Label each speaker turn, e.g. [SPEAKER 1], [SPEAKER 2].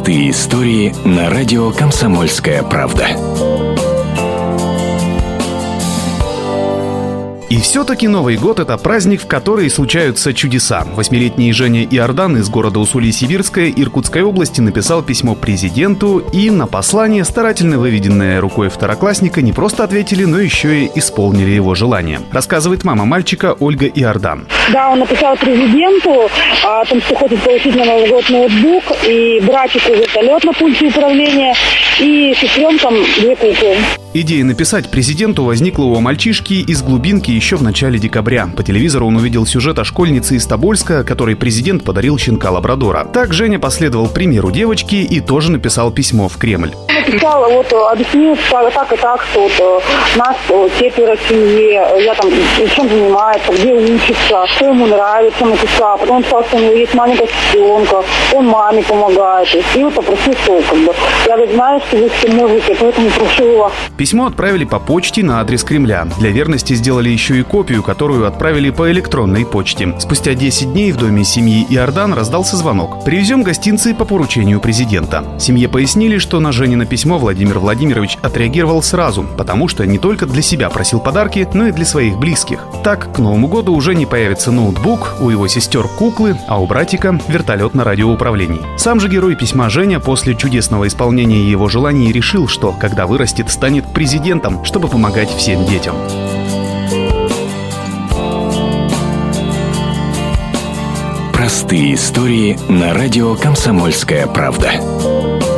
[SPEAKER 1] Простые истории на радио «Комсомольская правда».
[SPEAKER 2] И все-таки Новый год — это праздник, в который случаются чудеса. 8-летний Женя Иордан из города Усолье-Сибирское Иркутской области написал письмо президенту, и на послание, старательно выведенное рукой второклассника, не просто ответили, но еще и исполнили его желание. Рассказывает мама мальчика Ольга Иордан.
[SPEAKER 3] Да, он написал президенту о том, что хочет получить на Новый год ноутбук, и братику вертолет на пульте управления, и сестренкам 2 куклы.
[SPEAKER 2] Идея написать президенту возникла у мальчишки из глубинки еще в начале декабря. По телевизору он увидел сюжет о школьнице из Тобольска, которой президент подарил щенка лабрадора. Так Женя последовал примеру девочки и тоже написал письмо в Кремль.
[SPEAKER 3] Написала, объяснил так и так, что нас 4 в семье, я там чем занимается, где учится, что ему нравится, написал. Потом он сказал, что у него есть маленькая сестренка, он маме помогает. И попросил, что я знаю, что вы все можете, поэтому прошу вас.
[SPEAKER 2] Письмо отправили по почте на адрес Кремля. Для верности сделали еще и копию, которую отправили по электронной почте. Спустя 10 дней в доме семьи Иордан раздался звонок. «Привезем гостинцы по поручению президента». Семье пояснили, что на Женино письмо Владимир Владимирович отреагировал сразу, потому что не только для себя просил подарки, но и для своих близких. Так, к Новому году уже не появится ноутбук, у его сестер куклы, а у братика вертолет на радиоуправлении. Сам же герой письма Женя после чудесного исполнения его желаний решил, что, когда вырастет, станет президентом, чтобы помогать всем детям.
[SPEAKER 1] Простые истории на радио «Комсомольская правда».